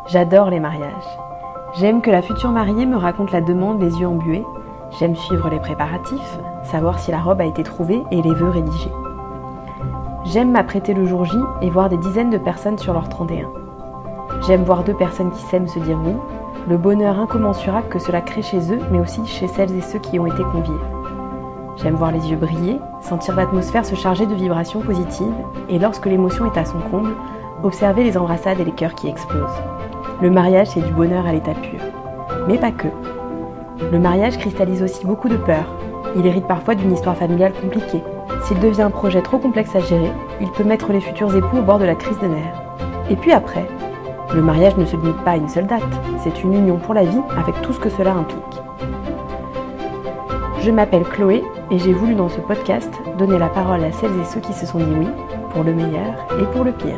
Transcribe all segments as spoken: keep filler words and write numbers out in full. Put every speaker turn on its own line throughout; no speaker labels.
J'adore les mariages. J'aime que la future mariée me raconte la demande les yeux embués. J'aime suivre les préparatifs, savoir si la robe a été trouvée et les vœux rédigés. J'aime m'apprêter le jour J et voir des dizaines de personnes sur leur trente et un. J'aime voir deux personnes qui s'aiment se dire oui, le bonheur incommensurable que cela crée chez eux, mais aussi chez celles et ceux qui ont été conviés. J'aime voir les yeux briller, sentir l'atmosphère se charger de vibrations positives, et lorsque l'émotion est à son comble, observer les embrassades et les cœurs qui explosent. Le mariage, c'est du bonheur à l'état pur. Mais pas que. Le mariage cristallise aussi beaucoup de peurs. Il hérite parfois d'une histoire familiale compliquée. S'il devient un projet trop complexe à gérer, il peut mettre les futurs époux au bord de la crise de nerfs. Et puis après, le mariage ne se limite pas à une seule date. C'est une union pour la vie avec tout ce que cela implique. Je m'appelle Chloé et j'ai voulu dans ce podcast donner la parole à celles et ceux qui se sont dit oui, pour le meilleur et pour le pire.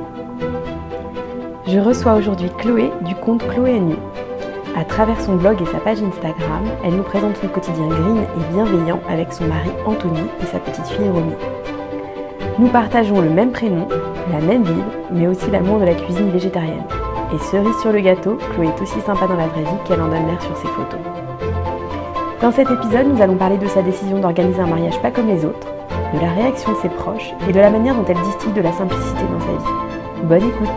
Je reçois aujourd'hui Chloé du compte Chloé and You. À travers son blog et sa page Instagram, elle nous présente son quotidien green et bienveillant avec son mari Anthony et sa petite fille Romy. Nous partageons le même prénom, la même ville, mais aussi l'amour de la cuisine végétarienne. Et cerise sur le gâteau, Chloé est aussi sympa dans la vraie vie qu'elle en donne l'air sur ses photos. Dans cet épisode, nous allons parler de sa décision d'organiser un mariage pas comme les autres, de la réaction de ses proches et de la manière dont elle distille de la simplicité dans sa vie. Bonne écoute!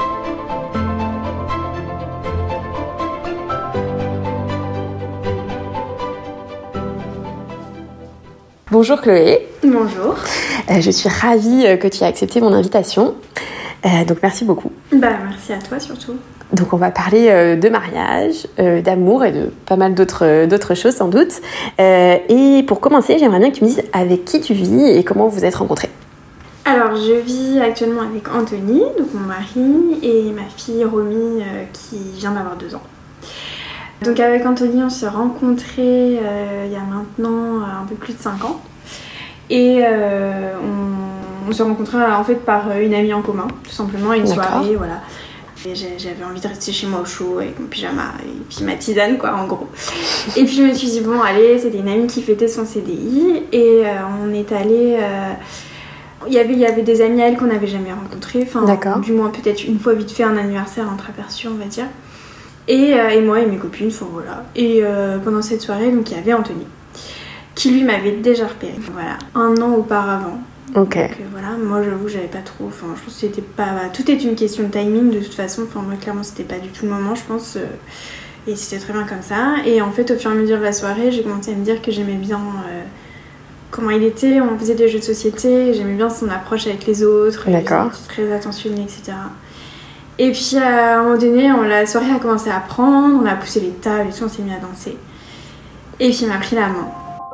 Bonjour Chloé.
Bonjour.
Euh, je suis ravie que tu aies accepté mon invitation. Euh, donc merci beaucoup.
Bah merci à toi surtout.
Donc on va parler euh, de mariage, euh, d'amour et de pas mal d'autres, euh, d'autres choses sans doute. Euh, et pour commencer, j'aimerais bien que tu me dises avec qui tu vis et comment vous vous êtes rencontrés.
Alors je vis actuellement avec Anthony, donc mon mari, et ma fille Romy euh, qui vient d'avoir deux ans. Donc avec Anthony, on s'est rencontrés euh, il y a maintenant euh, un peu plus de cinq ans. Et euh, on, on s'est rencontrés en fait par une amie en commun, tout simplement, une
D'accord.
soirée, voilà. Et j'avais envie de rester chez moi au chaud avec mon pyjama et puis ma tisane, quoi, en gros. Et puis je me suis dit, bon, allez, c'était une amie qui fêtait son C D I. Et euh, on est allé... Euh, il y avait, il y avait des amis à elle qu'on n'avait jamais rencontrés. Enfin,
D'accord.
Du moins, peut-être une fois vite fait un anniversaire entreaperçu, on va dire. Et, euh, et moi et mes copines, enfin voilà. Et euh, pendant cette soirée, donc il y avait Anthony, qui lui m'avait déjà repéré. Voilà, un an auparavant.
Ok.
Donc euh, voilà, moi j'avoue, j'avais pas trop. Enfin, je pense que c'était pas. Tout est une question de timing de toute façon. Enfin, moi clairement, c'était pas du tout le moment, je pense. Euh, et c'était très bien comme ça. Et en fait, au fur et à mesure de la soirée, j'ai commencé à me dire que j'aimais bien euh, comment il était. On faisait des jeux de société. J'aimais bien son approche avec les autres.
D'accord.
Il était très attentionné, et cetera. Et puis à un moment donné, on, la soirée a commencé à prendre, on a poussé les tables et tout, on s'est mis à danser. Et puis il m'a pris la main.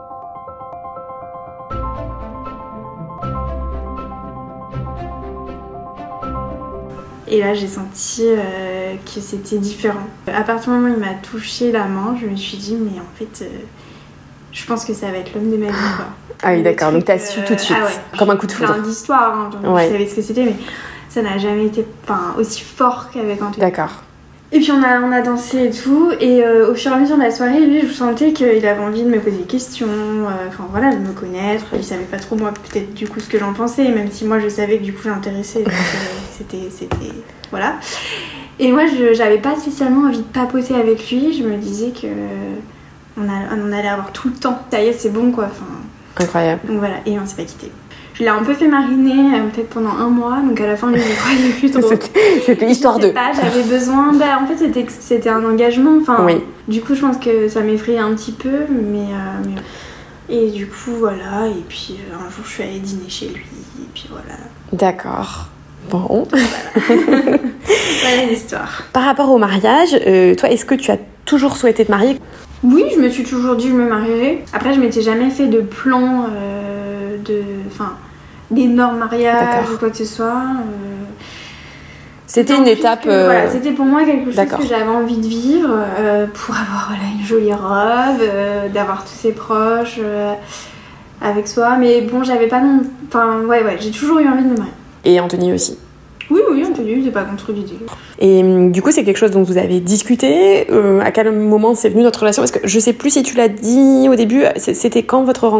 Et là, j'ai senti euh, que c'était différent. À partir du moment où il m'a touché la main, je me suis dit, mais en fait, euh, je pense que ça va être l'homme de ma vie, quoi.
Ah oui, d'accord,
truc,
donc t'as su
euh,
tout de suite,
ah ouais.
comme un coup de foudre.
Plein d'histoires, hein, donc
Ouais.
je savais ce que c'était, mais ça n'a jamais été enfin, aussi fort qu'avec Anthony.
D'accord.
Et puis on a, on a dansé et tout, et euh, au fur et à mesure de la soirée, lui, je sentais qu'il avait envie de me poser des questions, euh, enfin voilà, de me connaître. Il savait pas trop, moi, peut-être du coup ce que j'en pensais, même si moi je savais que du coup j'intéressais, donc euh, c'était, c'était. Voilà. Et moi, je, j'avais pas spécialement envie de papoter avec lui, je me disais que on, a, on allait avoir tout le temps. Ça y est, c'est bon quoi, enfin.
Incroyable.
Donc voilà, et on s'est pas quitté. Je l'ai un peu fait mariner, euh, peut-être pendant un mois, donc à la fin, je ne croyais plus trop.
C'était, c'était histoire de.
Je sais pas, j'avais besoin. Bah, en fait, c'était, c'était un engagement. Enfin,
Oui.
Du coup, je pense que ça m'effrayait un petit peu, mais, euh, mais. Et du coup, voilà. Et puis, euh, un jour, je suis allée dîner chez lui, et puis voilà.
D'accord. Bon.
Voilà. Voilà l'histoire.
Par rapport au mariage, euh, toi, est-ce que tu as toujours souhaité te marier ?
Oui, je me suis toujours dit que je me marierais. Après, je m'étais jamais fait de plan euh, de. Enfin, d'énormes mariages
D'accord.
ou quoi que ce soit. Euh...
C'était
D'autant
une
plus
étape.
que,
euh...
Voilà, c'était pour moi quelque chose
D'accord.
que j'avais envie de vivre euh, pour avoir voilà, une jolie robe, euh, d'avoir tous ses proches euh, avec soi. Mais bon, j'avais pas non. Enfin, ouais, ouais, j'ai toujours eu envie de me marier.
Et Anthony aussi.
Oui, oui, Anthony, c'est pas contre l'idée.
Et du coup, c'est quelque chose dont vous avez discuté. Euh, à quel moment c'est venu notre relation ? Parce que je sais plus si tu l'as dit au début. C'était quand votre rencontre ?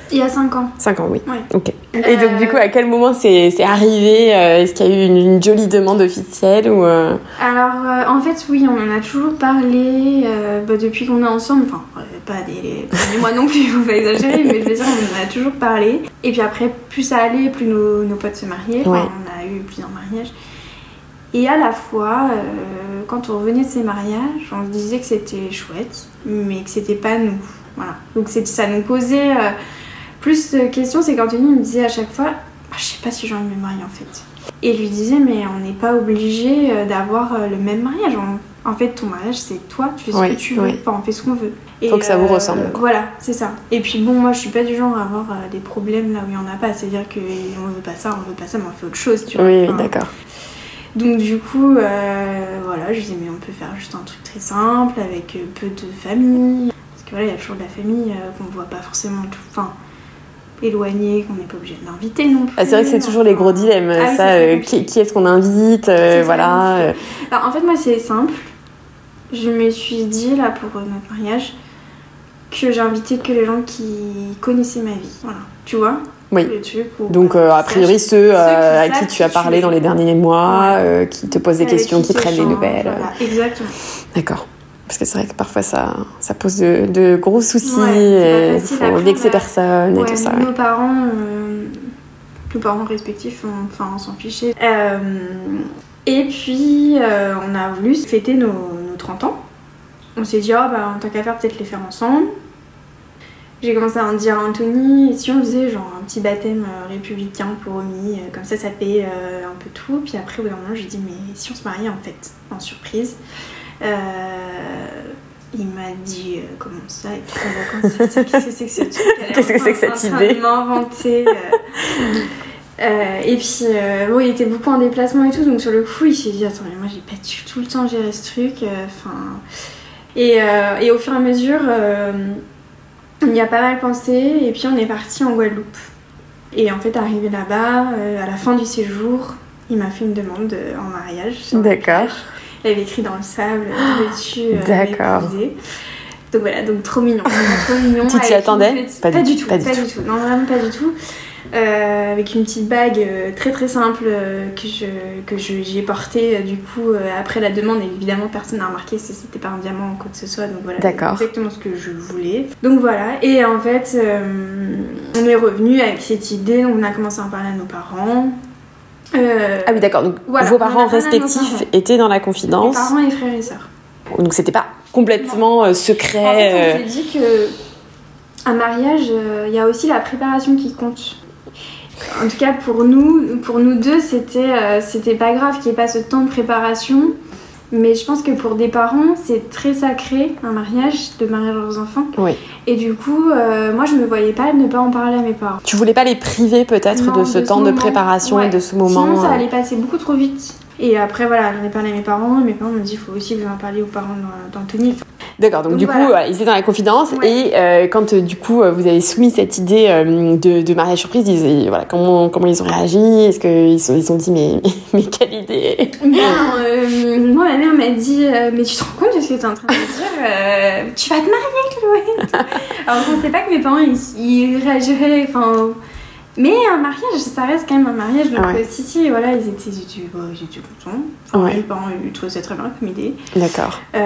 Il y a cinq ans.
cinq ans, oui.
Ouais.
Ok.
Euh...
Et donc, du coup, à quel moment c'est, c'est arrivé euh, Est-ce qu'il y a eu une, une jolie demande officielle ou euh...
Alors, euh, en fait, oui, on en a toujours parlé euh, bah, depuis qu'on est ensemble. Enfin, euh, pas des, les premiers mois non plus, il faut pas exagérer, mais je veux dire, on en a toujours parlé. Et puis après, plus ça allait, plus nos, nos potes se mariaient. Enfin,
Ouais.
on a eu plusieurs mariages. Et à la fois, euh, quand on revenait de ces mariages, on se disait que c'était chouette, mais que c'était pas nous. Voilà. Donc c'est, ça nous posait euh, plus de questions. C'est qu'Anthony me disait à chaque fois, ah, je sais pas si j'ai envie de me marier en fait. Et je lui disais, mais on n'est pas obligé d'avoir euh, le même mariage. En, en fait, ton mariage, c'est toi, tu fais ce
Oui,
que tu veux.
oui.
Enfin, on fait ce qu'on veut.
Il faut que ça vous ressemble.
Euh, voilà, c'est ça. Et puis bon, moi, je suis pas du genre à avoir euh, des problèmes là où il y en a pas. C'est-à-dire qu'on veut pas ça, on veut pas ça, mais on fait autre chose, tu vois.
Oui, oui,
enfin,
d'accord.
Donc du coup, euh, voilà, je disais mais on peut faire juste un truc très simple avec euh, peu de famille. Parce que voilà, il y a toujours de la famille euh, qu'on voit pas forcément tout, enfin, éloignée, qu'on n'est pas obligé d'inviter non plus.
Ah, c'est vrai que c'est toujours les gros dilemmes.
Ah oui,
ça, euh, qui, qui est-ce qu'on invite euh, Voilà. Euh...
Alors, en fait, moi, c'est simple. Je me suis dit, là, pour euh, notre mariage, que j'ai invité que les gens qui connaissaient ma vie. Voilà, tu vois.
Oui.
Où,
donc euh, a priori ceux, euh, à qui tu as parlé
tu
dans les derniers mois,
ouais.
euh, qui te posent des
Avec
questions, qui, qui prennent des nouvelles.
Voilà, exactement.
D'accord. Parce que c'est vrai que parfois ça, ça pose de, de gros soucis,
ouais,
il faut vexer personne et tout ça.
Nos
ouais.
parents, euh, nos parents respectifs, on, enfin on s'en fichait. Euh, et puis euh, on a voulu fêter nos, nos trente ans. On s'est dit, oh bah tant qu'à faire, peut-être les faire ensemble. J'ai commencé à en dire à Anthony, et si on faisait genre un petit baptême euh, républicain pour Romy, euh, comme ça ça paye euh, un peu tout. Puis après au bout d'un moment j'ai dit mais si on se mariait en fait, en surprise. Euh, il m'a dit euh, comment ça et tout, qu'est-ce que c'est que ce truc,
qu'est-ce que c'est que cette idée
de m'inventer. Euh, euh, et puis euh, bon il était beaucoup en déplacement et tout, donc sur le coup il s'est dit attends mais moi j'ai pas du tout le temps de gérer ce truc. Enfin euh, et, euh, et au fur et à mesure euh, on y a pas mal pensé et puis on est parti en Guadeloupe. Et en fait, arrivé là-bas, euh, à la fin du séjour, il m'a fait une demande euh, en mariage.
D'accord.
Il avait écrit dans le sable, tout dessus. Euh,
D'accord.
Donc voilà, donc trop mignon. Trop mignon.
Tu t'y attendais
petite... pas, pas du tout, pas, pas du tout. tout. Non, vraiment pas du tout. Euh, avec une petite bague euh, très très simple euh, que, je, que je, j'ai portée euh, du coup euh, après la demande. Et évidemment personne n'a remarqué si c'était pas un diamant ou quoi que ce soit, donc voilà.
D'accord.
Exactement ce que je voulais, donc voilà. Et en fait euh, on est revenu avec cette idée, on a commencé à en parler à nos parents.
Euh, ah oui d'accord, donc
voilà,
vos parents respectifs parents. étaient dans la confidence.
Mes parents et frères et sœurs.
Donc c'était pas complètement euh, secret.
En fait on s'est dit que un mariage, il euh, y a aussi la préparation qui compte. En tout cas pour nous, pour nous deux, c'était, euh, c'était pas grave qu'il n'y ait pas ce temps de préparation. Mais je pense que pour des parents, c'est très sacré, un mariage, de marier leurs enfants.
Oui.
Et du coup, euh, moi je me voyais pas ne pas en parler à mes parents.
Tu voulais pas les priver peut-être non, de ce
de
temps
ce
de
moment.
préparation
ouais.
et de ce moment.
Sinon ça allait passer beaucoup trop vite. Et après voilà, j'en ai parlé à mes parents, et mes parents m'ont dit il faut aussi que vous en parliez aux parents d'Anthony.
D'accord, donc, donc du voilà. coup, euh, ils étaient dans la confidence
ouais.
et euh, quand euh, du coup euh, vous avez soumis cette idée euh, de, de mariage surprise, ils, voilà, comment, comment ils ont réagi? Est-ce qu'ils se ils ont dit mais, mais quelle idée?
Ben, euh, moi ma mère m'a dit euh, mais tu te rends compte de ce que tu es en train de dire euh, tu vas te marier Chloé. Alors je pensais pas que mes parents ils, ils réagiraient, enfin... Mais un mariage, ça reste quand même un mariage, donc
ouais.
euh, si, si, voilà, ils étaient, ils étaient, bah, ils étaient contents. Enfin,
ouais.
mes parents, ils trouvaient ça très bien comme idée.
D'accord.
Euh,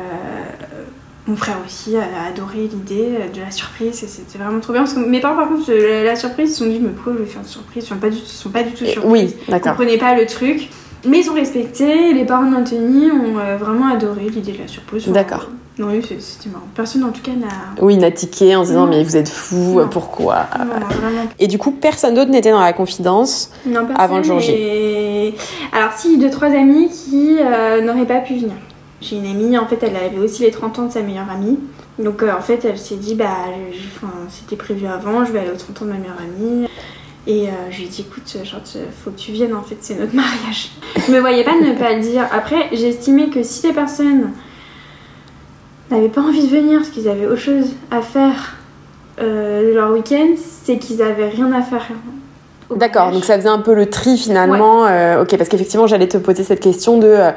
mon frère aussi a adoré l'idée de la surprise, et c'était vraiment trop bien. Parce que mes parents, par contre, la, la surprise, ils se sont dit, mais pourquoi je vais faire une surprise? Ils sont pas du tout, ils sont pas du tout surpris.
Oui, d'accord.
Ils comprenaient pas le truc. Mais ils ont respecté, les parents d'Anthony ont euh, vraiment adoré l'idée de la surprise.
D'accord.
Non, oui, c'était marrant. Personne en tout cas n'a...
Oui, n'a tiqué en se disant
non.
mais vous êtes fous, pourquoi?
Non, non, vraiment.
Et du coup, personne d'autre n'était dans la confidence
non,
avant le jour J.
Et... Alors si, deux, trois amis qui euh, n'auraient pas pu venir. J'ai une amie, en fait, elle avait aussi les trente ans de sa meilleure amie. Donc euh, en fait, elle s'est dit, bah, je, enfin, c'était prévu avant, je vais aller aux trente ans de ma meilleure amie. Et euh, je lui ai dit, écoute, genre, faut que tu viennes, en fait, c'est notre mariage. Je me voyais pas ne pas le dire. Après, j'ai estimé que si les personnes n'avaient pas envie de venir parce qu'ils avaient autre chose à faire euh, de leur week-end, c'est qu'ils avaient rien à faire. D'accord,
donc ça faisait un peu le tri finalement.
Ouais.
Euh, ok, parce qu'effectivement, j'allais te poser cette question de... Euh,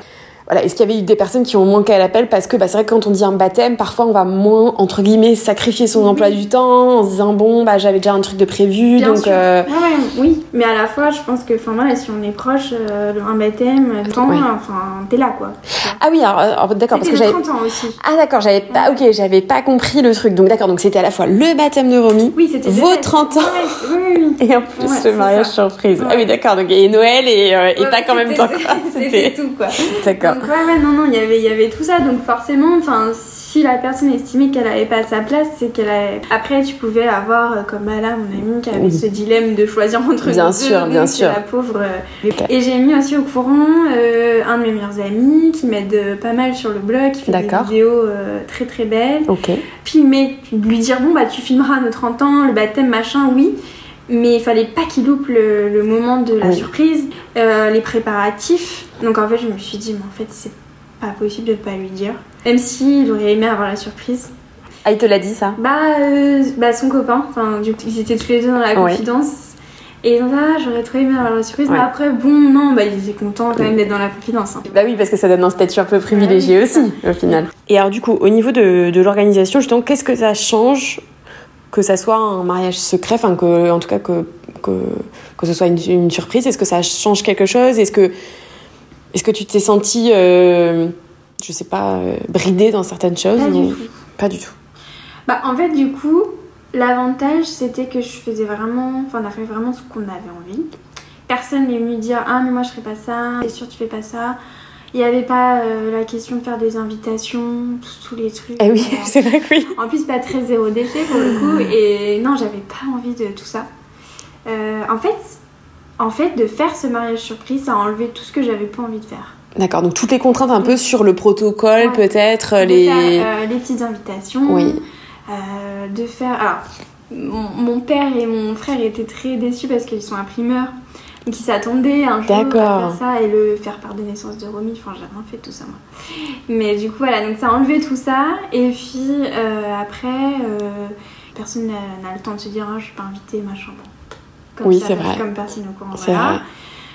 voilà, est-ce qu'il y avait eu des personnes qui ont manqué à l'appel parce que bah, c'est vrai que quand on dit un baptême, parfois on va moins, entre guillemets, sacrifier son oui. emploi du temps en se disant bon, bah j'avais déjà un truc de prévu,
Bien
donc... Euh...
Ouais, ouais, oui, mais à la fois, je pense que voilà, si on est proche, euh, un baptême, temps, ouais. enfin, t'es là, quoi.
Ah oui, alors, alors d'accord, parce que j'avais...
trente ans aussi.
Ah d'accord, j'avais pas... Ok, j'avais pas compris le truc, donc d'accord, donc c'était à la fois le baptême de Romy,
oui, c'était
vos trente ans,
ouais, oui, oui.
et en plus
ouais,
le mariage
ça.
surprise.
Ouais.
Ah oui, d'accord, donc et Noël et, euh, et
ouais,
pas qu'en même temps, quoi.
C'était, c'était tout, quoi.
D'accord.
Donc ouais, ouais, non, non, il y avait, il y avait tout ça, donc forcément, enfin, si la personne estimait qu'elle avait pas sa place, c'est qu'elle avait... Après, tu pouvais avoir, comme Ala, mon amie, qui avait oui. ce dilemme de choisir entre
bien
les
sûr,
deux,
bien sûr.
la pauvre. Okay. Et j'ai mis aussi au courant euh, un de mes meilleurs amis qui m'aide euh, pas mal sur le blog, qui fait
D'accord.
des vidéos euh, très très belles.
Ok.
Puis mais lui dire bon bah tu filmeras à nos trente ans, le baptême machin, oui. Mais il fallait pas qu'il loupe le, le moment de la oui. surprise, euh, les préparatifs. Donc en fait, je me suis dit, mais en fait, c'est pas possible de pas lui dire. Même s'il aurait aimé avoir la surprise.
Ah, il te l'a dit ça ?
Bah, euh, bah son copain. Enfin, du coup, ils étaient tous les deux dans la confidence. Ouais. Et donc là, j'aurais trop aimé avoir la surprise. Ouais. Mais après, bon, non, bah, ils étaient contents quand même d'être dans la confidence. Hein.
Bah oui, parce que ça donne un statut un peu privilégié ouais, aussi, ça. Au final. Et alors, du coup, au niveau de, de l'organisation, justement, qu'est-ce que ça change ? Que ça soit un mariage secret, enfin que, en tout cas que, que, que ce soit une, une surprise, est-ce que ça change quelque chose ? Est-ce que, est-ce que tu t'es sentie, euh, je sais pas, euh, bridée dans certaines choses ?
Pas
ou...
du tout.
Pas du tout.
Bah en fait du coup, l'avantage c'était que je faisais vraiment, enfin on a fait vraiment ce qu'on avait envie. Personne n'est venu dire ah mais moi je ferais pas ça, t'es sûre tu fais pas ça. Il n'y avait pas euh, la question de faire des invitations, tous, tous les trucs.
Eh oui, euh, c'est vrai que oui.
En plus, pas très zéro déchet pour le coup. Et non, j'avais pas envie de tout ça. Euh, en fait, en fait, de faire ce mariage surprise, ça a enlevé tout ce que j'avais pas envie de faire.
D'accord, donc toutes les contraintes un peu sur le protocole, ouais. peut-être,
de
les...
faire euh, les petites invitations.
Oui.
Euh, de faire... Alors, mon, mon père et mon frère étaient très déçus parce qu'ils sont imprimeurs. Donc ils s'attendaient un jour
D'accord.
à faire ça et le faire part de naissance de Romy. Enfin, j'ai rien fait de tout ça, moi. Mais du coup, voilà, donc ça a enlevé tout ça. Et puis, euh, après, euh, personne n'a, n'a le temps de se dire, ah, je suis pas invitée, machin. Bon. Comme
oui,
ça,
c'est vrai.
Comme personne au courant,
c'est
voilà.
vrai.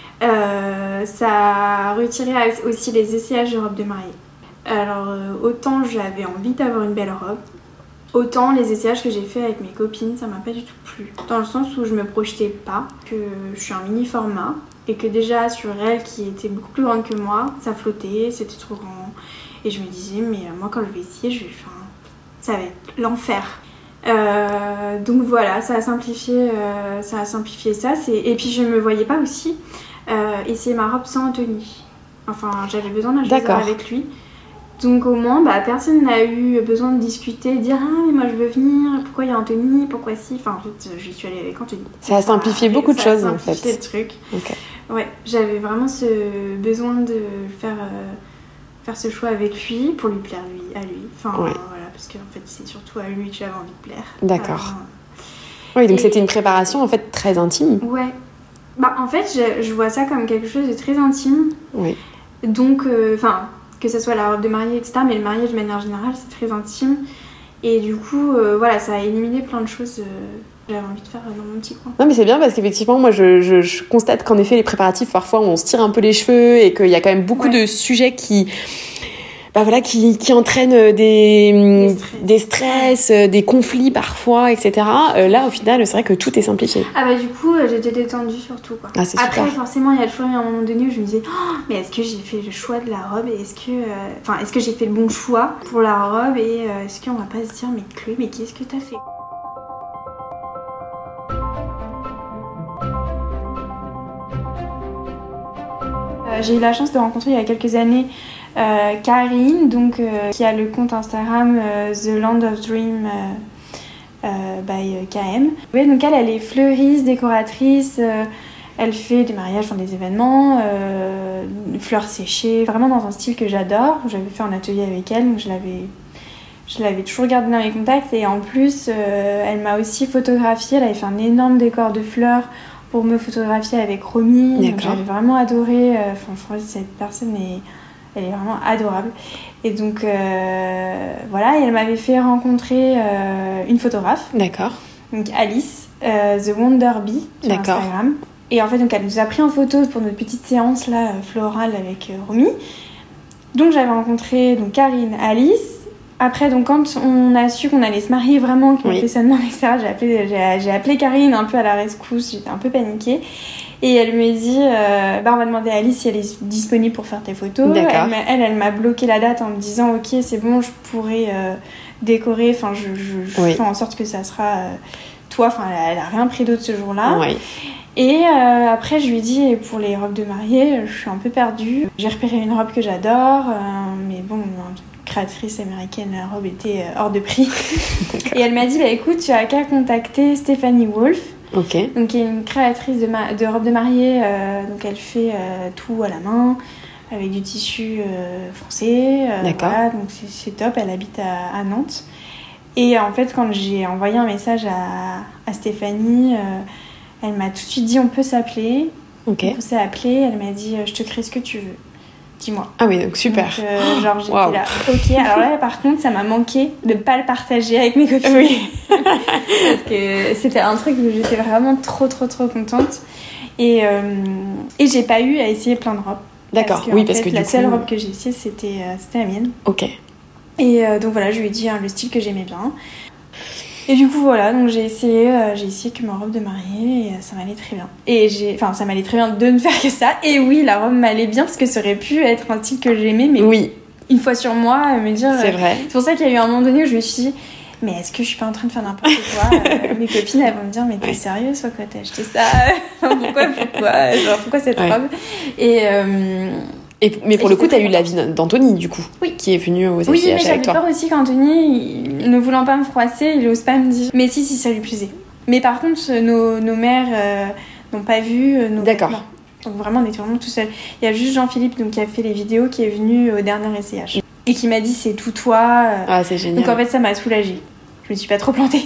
Euh, ça a retiré aussi les essayages de robes de mariée. Alors, euh, autant j'avais envie d'avoir une belle robe, autant les essayages que j'ai fait avec mes copines, ça m'a pas du tout plu. Dans le sens où je me projetais pas, que je suis un mini format, et que déjà sur elle, qui était beaucoup plus grande que moi, ça flottait, c'était trop grand. Et je me disais, mais moi quand je vais essayer, je vais, enfin, ça va être l'enfer. Euh, donc voilà, ça a simplifié, euh, ça a simplifié ça. C'est... Et puis je me voyais pas aussi euh, essayer ma robe sans Anthony. Enfin, j'avais besoin d'un choisir avec lui. Donc au moins, bah, personne n'a eu besoin de discuter, de dire « Ah, mais moi je veux venir, pourquoi il y a Anthony, pourquoi si ?» Enfin, en fait, je suis allée avec Anthony.
Ça a simplifié beaucoup de choses, en fait. Ça a
simplifié le truc.
Okay.
Ouais, j'avais vraiment ce besoin de faire, euh, faire ce choix avec lui, pour lui plaire lui, à lui. Enfin,
ouais.
voilà, parce qu'en fait, c'est surtout à lui que j'avais envie de plaire.
D'accord.
Euh,
oui, donc
et...
c'était une préparation, en fait, très intime.
Ouais. Bah, en fait, je, je vois ça comme quelque chose de très intime.
Oui.
Donc, enfin... Euh, que ce soit la robe de mariée, et cetera. Mais le mariage, de manière générale, c'est très intime. Et du coup, euh, voilà, ça a éliminé plein de choses euh, que j'avais envie de faire dans mon petit coin.
Non, mais c'est bien parce qu'effectivement, moi, je, je, je constate qu'en effet, les préparatifs, parfois, on se tire un peu les cheveux et qu'il y a quand même beaucoup ouais. de sujets qui... Bah voilà, qui, qui entraînent des,
des stress,
des, stress, des conflits parfois, et cetera. Euh, là, au final, c'est vrai que tout est simplifié.
Ah bah du coup, euh, j'étais détendue surtout, quoi.
Ah, c'est
Après,
super.
forcément, il y a toujours eu un moment donné où je me disais oh, mais est-ce que j'ai fait le choix de la robe et est-ce que, enfin, euh, est-ce que j'ai fait le bon choix pour la robe et euh, est-ce qu'on va pas se dire mais Chloé, mais qu'est-ce que t'as fait? euh, J'ai eu la chance de rencontrer il y a quelques années Euh, Karine, donc, euh, qui a le compte Instagram euh, The Land of Dream euh, euh, by K M. Oui, donc elle, elle est fleuriste, décoratrice, euh, elle fait des mariages, enfin des événements, euh, fleurs séchées, vraiment dans un style que j'adore. J'avais fait un atelier avec elle, donc je l'avais, je l'avais toujours gardé dans mes contacts. Et en plus, euh, elle m'a aussi photographiée, elle avait fait un énorme décor de fleurs pour me photographier avec Romy. Donc j'avais vraiment adoré, enfin euh, cette personne est... Elle est vraiment adorable. Et donc, euh, voilà, et elle m'avait fait rencontrer euh, une photographe.
D'accord.
Donc, Alice, euh, The Wonder Bee, sur
D'accord.
Instagram. Et en fait, donc, elle nous a pris en photo pour notre petite séance là, florale avec euh, Romy. Donc j'avais rencontré donc, Karine, Alice. Après, donc, quand on a su qu'on allait se marier vraiment, qu'on
oui.
fait ça demande, et cetera, j'ai appelé, j'ai, j'ai appelé Karine un peu à la rescousse, j'étais un peu paniquée. Et elle me dit, euh, bah, on va demander à Alice si elle est disponible pour faire tes photos.
D'accord.
Elle, elle, elle m'a bloqué la date en me disant, ok, c'est bon, je pourrais euh, décorer, enfin, je, je, je oui. fais en sorte que ça sera euh, toi. Enfin, elle, elle a rien pris d'autre ce jour-là.
Oui.
Et euh, après, je lui ai dit, pour les robes de mariée, je suis un peu perdue. J'ai repéré une robe que j'adore, euh, mais bon, créatrice américaine, la robe était hors de prix. Et elle m'a dit, bah, écoute, tu as qu'à contacter Stephanie Wolf,
okay.
donc, qui est une créatrice de, ma- de robes de mariée. Euh, donc elle fait euh, tout à la main, avec du tissu euh, français. Euh,
D'accord.
Voilà, donc c'est, c'est top, elle habite à, à Nantes. Et en fait, quand j'ai envoyé un message à, à Stéphanie, euh, elle m'a tout de suite dit, on peut s'appeler.
Okay.
On s'est appelé, elle m'a dit, je te crée ce que tu veux. Dis-moi.
Ah oui, donc super.
Donc, euh, genre, j'étais
wow.
là, ok. Alors là, par contre, ça m'a manqué de ne pas le partager avec mes copines.
Oui.
Parce que c'était un truc où j'étais vraiment trop, trop, trop contente. Et, euh, et j'ai pas eu à essayer plein de robes.
D'accord,
parce que,
oui,
en
parce
fait,
que
la
du
seule
coup...
robe que j'ai essayée, c'était, euh, c'était la mienne.
Ok.
Et euh, donc voilà, je lui ai dit hein, le style que j'aimais bien. Et du coup, voilà, donc j'ai essayé, euh, j'ai essayé que ma robe de mariée et euh, ça m'allait très bien. Et j'ai, enfin, ça m'allait très bien de ne faire que ça. Et oui, la robe m'allait bien parce que ça aurait pu être un style que j'aimais, mais
oui.
une fois sur moi, me dire.
C'est vrai.
C'est pour ça qu'il y a eu un moment donné où je me suis dit, mais est-ce que je suis pas en train de faire n'importe quoi euh, Mes copines, elles vont me dire, mais t'es ouais. sérieuse, quoi, t'as acheté ça Pourquoi, pourquoi Genre, pourquoi cette ouais. robe Et. Euh,
Et, mais pour et le coup, tu as eu l'avis d'Anthony, du coup,
oui.
qui est venu aux S I H
oui,
avec toi.
Oui, mais j'avais peur aussi qu'Anthony, il, ne voulant pas me froisser, il n'ose pas me dire. Mais si, si, ça lui plaisait. Mais par contre, nos, nos mères euh, n'ont pas vu nos
D'accord.
vêtements. Donc vraiment, on était vraiment tout seuls. Il y a juste Jean-Philippe donc, qui a fait les vidéos, qui est venu au dernier S I H. Et qui m'a dit, c'est tout toi.
Ah, c'est génial.
Donc en fait, ça m'a soulagée. Je me suis pas trop plantée.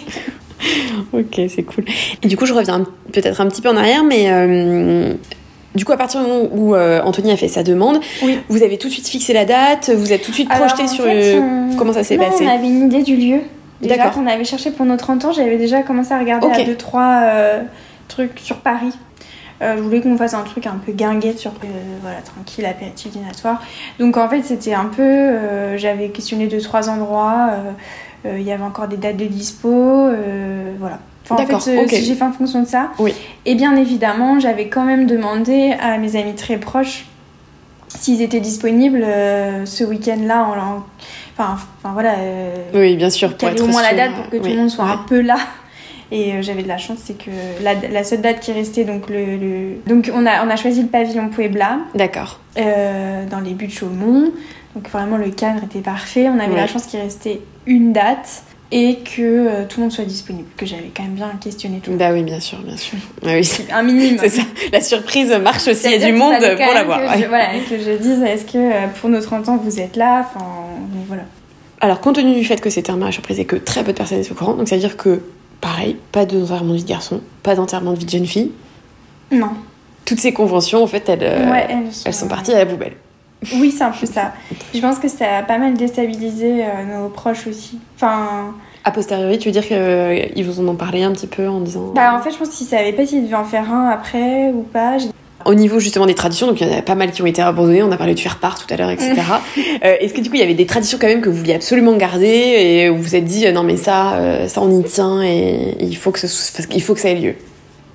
Ok, c'est cool. Et du coup, je reviens peut-être un petit peu en arrière, mais... Euh... Du coup, à partir du moment où euh, Anthony a fait sa demande,
oui.
vous avez tout de suite fixé la date, vous êtes tout de suite
Alors,
projeté sur
fait,
le...
on...
comment ça s'est
non,
passé.
On avait une idée du lieu. Déjà
D'accord.
qu'on avait cherché pour nos trente ans, j'avais déjà commencé à regarder
okay.
à deux trois euh, trucs sur Paris. Euh, je voulais qu'on fasse un truc un peu guinguette, sur euh, voilà, tranquille, apéritif, dînatoire. Donc en fait, c'était un peu... Euh, j'avais questionné deux trois endroits, il euh, euh, y avait encore des dates de dispo, euh, voilà. Enfin,
D'accord,
en fait, euh,
okay.
si j'ai fait en fonction de ça.
Oui.
Et bien évidemment, j'avais quand même demandé à mes amis très proches s'ils étaient disponibles euh, ce week-end-là. En, en, enfin, enfin voilà. Euh,
oui, bien sûr.
Pour être au moins sûr, la date pour que oui. tout le monde soit
ouais.
un peu là. Et euh, j'avais de la chance, c'est que la, la seule date qui restait, donc le, le... donc on a on a choisi le pavillon Puebla.
D'accord.
Euh, dans les buttes de Chaumont. Donc vraiment le cadre était parfait. On avait
ouais.
la chance qu'il restait une date. Et que euh, tout le monde soit disponible, que j'avais quand même bien questionné tout.
Bah oui, bien sûr, bien sûr. Ah oui.
Un minimum.
C'est ça. La surprise marche aussi, il y a du monde pour l'avoir.
Que,
ouais.
je, voilà, que je dise, est-ce que euh, pour nos trente ans, vous êtes là enfin, donc, voilà.
Alors, compte tenu du fait que c'était un mariage surprise et que très peu de personnes étaient au courant, donc ça veut dire que, pareil, pas d'enterrement de vie de garçon, pas d'enterrement de vie de jeune fille.
Non.
Toutes ces conventions, en fait, elles,
ouais, elles, sont...
elles sont parties à la poubelle.
Oui, c'est un peu ça. Je pense que ça a pas mal déstabilisé euh, nos proches aussi. Enfin...
A posteriori, tu veux dire qu'ils vous en ont parlé un petit peu en disant...
Bah en fait, je pense qu'ils savaient pas s'ils devaient en faire un après ou pas. J'ai...
Au niveau justement des traditions, donc il y en a pas mal qui ont été abandonnées, on a parlé de faire part tout à l'heure, et cetera. euh, est-ce que du coup il y avait des traditions quand même que vous vouliez absolument garder et vous vous êtes dit non mais ça, euh, ça on y tient et il faut que, ce, il faut que ça ait lieu?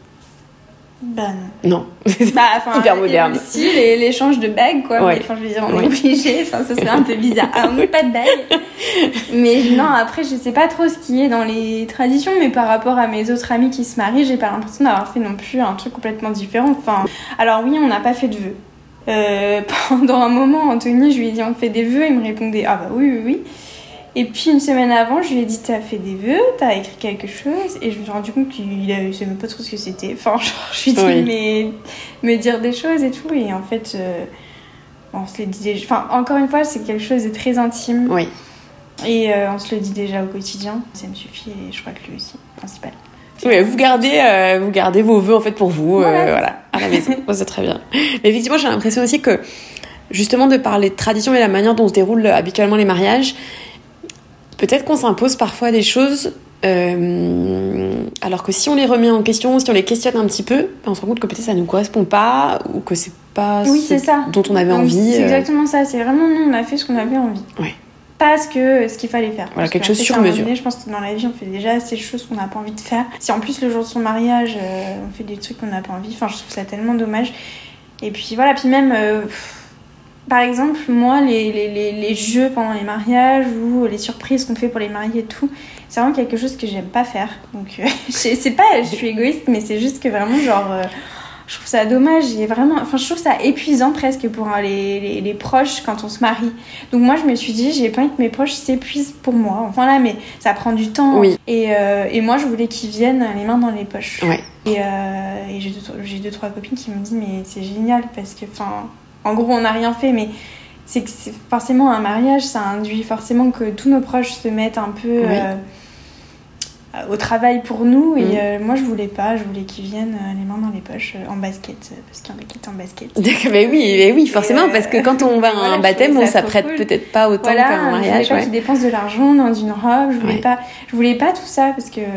Bah
non.
Non. Bah, enfin,
hyper moderne.
Si, les, l'échange de bagues, quoi.
Ouais.
Mais enfin, je veux dire, on
ouais.
est obligé. Enfin, ça serait un peu bizarre. Alors, on n'a pas de bagues. Mais non, après, je sais pas trop ce qui est dans les traditions, mais par rapport à mes autres amis qui se marient, j'ai pas l'impression d'avoir fait non plus un truc complètement différent. Enfin, alors oui, on n'a pas fait de vœux. Euh, pendant un moment, Anthony, je lui ai dit on fait des vœux, il me répondait ah bah oui, oui, oui. Et puis une semaine avant, je lui ai dit t'as fait des vœux, t'as écrit quelque chose, et je me suis rendu compte qu'il ne savait même pas trop ce que c'était. Enfin, genre, je lui ai dit oui. mais me dire des choses et tout, et en fait, euh, on se les dit déjà. Enfin, encore une fois, c'est quelque chose de très intime.
Oui. Et
euh, on se le dit déjà au quotidien. Ça me suffit, et je crois que lui aussi, principal.
Oui, vous gardez, euh, vous gardez vos vœux en fait pour vous,
voilà,
euh, voilà, à la maison. C'est très bien. Mais effectivement, j'ai l'impression aussi que justement de parler de tradition et la manière dont se déroulent habituellement les mariages, peut-être qu'on s'impose parfois des choses euh, alors que si on les remet en question, si on les questionne un petit peu, on se rend compte que peut-être ça ne nous correspond pas ou que c'est pas
oui,
ce
c'est ça.
dont on avait
Donc,
envie.
C'est
euh...
exactement ça. C'est vraiment, nous, on a fait ce qu'on avait envie.
Ouais.
Pas ce, que, ce qu'il fallait faire.
Voilà,
Parce
quelque
qu'en
chose
fait,
sur
à un moment
mesure.
donné, je pense que dans la vie, on fait déjà assez de choses qu'on n'a pas envie de faire. Si en plus, le jour de son mariage, euh, on fait des trucs qu'on n'a pas envie, enfin, je trouve ça tellement dommage. Et puis voilà, puis même... Euh, pff, par exemple, moi, les, les, les, les jeux pendant les mariages ou les surprises qu'on fait pour les mariés et tout, c'est vraiment quelque chose que j'aime pas faire. Donc, euh, c'est pas, je suis égoïste, mais c'est juste que vraiment, genre, euh, je trouve ça dommage. Et vraiment, enfin, je trouve ça épuisant presque pour euh, les, les, les proches quand on se marie. Donc, moi, je me suis dit, j'ai pas envie que mes proches s'épuisent pour moi. Enfin, là, mais ça prend du temps.
Oui.
Et, euh, et moi, je voulais qu'ils viennent les mains dans les poches.
Ouais.
Et, euh, et j'ai, deux, j'ai deux, trois copines qui me disent, mais c'est génial parce que, enfin. En gros, on n'a rien fait, mais c'est que c'est forcément un mariage, ça induit forcément que tous nos proches se mettent un peu
oui.
euh, au travail pour nous. Et
mmh.
euh, moi, je voulais pas, je voulais qu'ils viennent euh, les mains dans les poches euh, en basket, euh, parce qu'il y en a qui étaient en basket.
D'accord, mais oui, mais oui, forcément, euh, parce que quand on va à un
voilà,
bâtême, on
ça
s'apprête
cool.
peut-être pas autant
voilà,
qu'à un mariage.
Je voulais pas
ouais.
qu'ils dépensent de l'argent dans une robe, je voulais
ouais.
pas, je voulais pas tout ça parce que.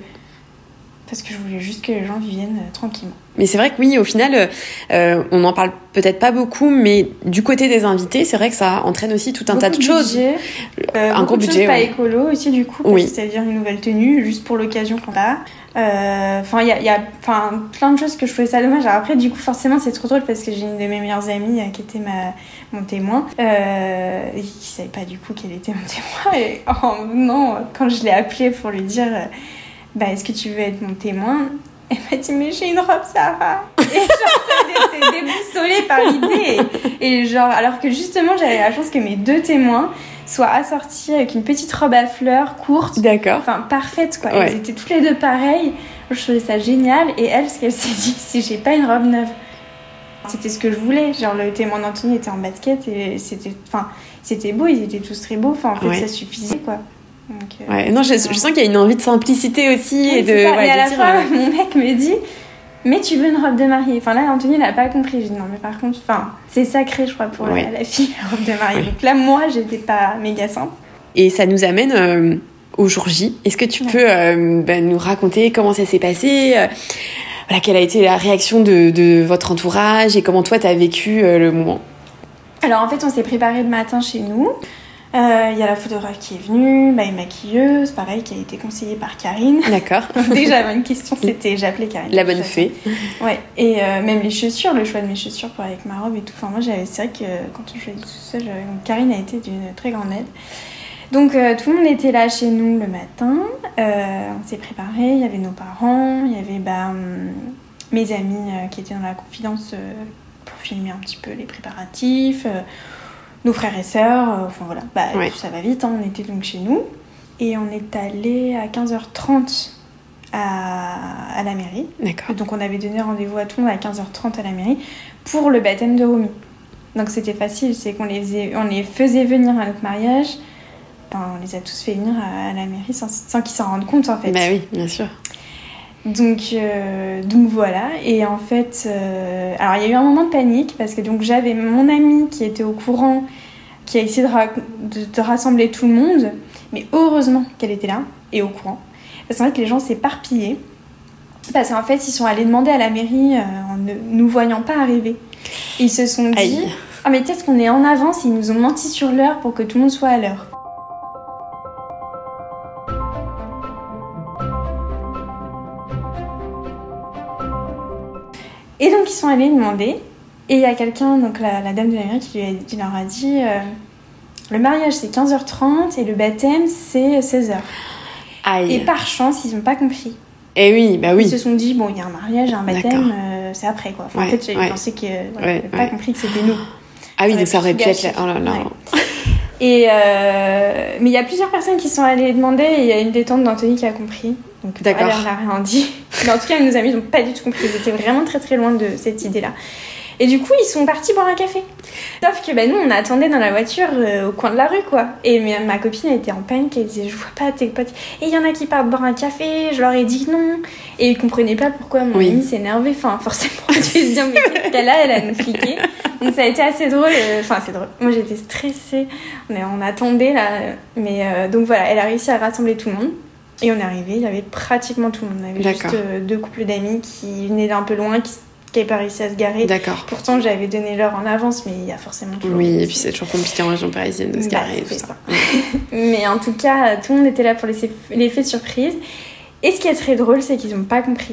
Parce que je voulais juste que les gens viennent euh, tranquillement.
Mais c'est vrai que oui, au final, euh, on n'en parle peut-être pas beaucoup, mais du côté des invités, c'est vrai que ça entraîne aussi tout un
beaucoup
tas de,
de
choses.
Budget, euh,
un gros
de
budget,
choses pas
ouais.
écolo aussi du coup, parce
oui.
que c'est-à-dire une nouvelle tenue juste pour l'occasion qu'on a. Enfin, euh, il y a, y a plein de choses que je trouvais ça dommage. Alors après, du coup, forcément, c'est trop drôle parce que j'ai une de mes meilleures amies euh, qui était ma, mon témoin, euh, et qui savait pas du coup qu'elle était mon témoin. Et oh, non, quand je l'ai appelée pour lui dire, euh, bah, est-ce que tu veux être mon témoin? Elle m'a dit, mais j'ai une robe Sarah. Et genre, j'étais déboussolée par l'idée. Et, et genre, alors que justement, j'avais la chance que mes deux témoins soient assortis avec une petite robe à fleurs courte.
D'accord.
Enfin, parfaite, quoi.
Ouais.
Elles étaient toutes les deux pareilles. Je trouvais ça génial. Et elle, ce qu'elle s'est dit, c'est j'ai pas une robe neuve. C'était ce que je voulais. Genre, le témoin d'Anthony était en basket et c'était, enfin, c'était beau. Ils étaient tous très beaux. Enfin, en fait, ouais. ça suffisait, quoi. Donc, euh,
ouais, non, je, je sens qu'il y a une envie de simplicité aussi.
Oui,
et de,
ça.
ouais,
et à
de
la
dire,
fois,
euh...
mon mec me dit, mais tu veux une robe de mariée? Enfin là, Anthony n'a pas compris. J'ai dit non, mais par contre, enfin, c'est sacré, je crois, pour ouais. la, la fille, la robe de mariée. Donc là, moi, j'étais pas méga simple.
Et ça nous amène euh, au jour J. Est-ce que tu ouais. peux euh, bah, nous raconter comment ça s'est passé? euh, Voilà, quelle a été la réaction de, de votre entourage et comment toi, t'as vécu euh, le moment?
Alors en fait, on s'est préparé le matin chez nous. Il euh, y a la photographe qui est venue, bah, une maquilleuse, pareil, qui a été conseillée par Karine.
D'accord.
Déjà, j'avais une question, c'était j'appelais Karine.
La bonne fée.
Ouais, et euh, même les chaussures, le choix de mes chaussures pour avec ma robe et tout. Enfin, moi, j'avais, c'est vrai que quand on choisit tout ça, j'avais... Karine a été d'une très grande aide. Donc, euh, tout le monde était là chez nous le matin. Euh, on s'est préparé, il y avait nos parents, il y avait bah, hum, mes amis euh, qui étaient dans la confidence euh, pour filmer un petit peu les préparatifs. Euh, nos frères et sœurs, euh, enfin voilà, bah, ouais. ça va vite, hein, on était donc chez nous. Et on est allé à quinze heures trente à, à la mairie.
D'accord.
Donc on avait donné rendez-vous à tout le monde à quinze heures trente à la mairie pour le baptême de Romy. Donc c'était facile, c'est qu'on les faisait, on les faisait venir à notre mariage. Enfin, on les a tous fait venir à, à la mairie sans, sans qu'ils s'en rendent compte en fait.
Bah oui, bien sûr.
Donc, euh, donc voilà, et en fait, euh, alors il y a eu un moment de panique parce que donc j'avais mon amie qui était au courant, qui a essayé de, ra- de, de rassembler tout le monde, mais heureusement qu'elle était là et au courant. Parce qu'en fait, les gens s'éparpillaient parce qu'en fait, ils sont allés demander à la mairie euh, en ne nous voyant pas arriver. Et ils se sont dit, Aïe. ah mais peut-être qu'on est en avance, ils nous ont menti sur l'heure pour que tout le monde soit à l'heure. Et donc ils sont allés demander, et il y a quelqu'un, donc la, la dame de la mairie, qui, lui a, qui leur a dit euh, le mariage c'est quinze heures trente et le baptême c'est seize heures.
Aïe.
Et par chance, ils n'ont pas compris.
Et oui, bah oui.
Ils se sont dit, bon, il y a un mariage, un baptême, euh, c'est après quoi. Enfin,
ouais,
en fait, j'avais
ouais.
pensé qu'ils n'avaient
ouais,
pas
ouais.
compris que c'était nous.
Ah oui,
ça
donc ça aurait pu être là. Oh là là.
Ouais. Et euh, mais il y a plusieurs personnes qui sont allées demander et il y a une des tantes d'Anthony qui a compris. Donc
d'accord.
Elle n'a rien dit. Mais en tout cas, nos amis n'ont pas du tout compris. Ils étaient vraiment très très loin de cette idée-là. Et du coup, ils sont partis boire un café. Sauf que bah, nous, on attendait dans la voiture euh, au coin de la rue, quoi. Et ma, ma copine, elle était en panique. Elle disait, je vois pas tes potes. Et il y en a qui partent boire un café. Je leur ai dit non. Et ils comprenaient pas pourquoi mon
oui.
amie s'énervait. Enfin, forcément, je me suis dit, mais qu'est-ce qu'elle a? Elle a nous cliqué. Donc ça a été assez drôle. Enfin, c'est drôle. Moi, j'étais stressée. On, est, on attendait, là. Mais euh, donc voilà, elle a réussi à rassembler tout le monde. Et on est arrivé, il y avait pratiquement tout le monde. On avait
D'accord.
juste euh, deux couples d'amis qui venaient d'un peu loin, qui n'avaient pas réussi à se garer.
D'accord.
Pourtant, j'avais donné l'heure en avance, mais il y a forcément toujours...
Oui, et puis c'est toujours compliqué en région parisienne de se
Bah,
garer et tout
c'est
ça.
ça. Mais en tout cas, tout le monde était là pour l'effet, l'effet surprise. Et ce qui est très drôle, c'est qu'ils n'ont pas compris.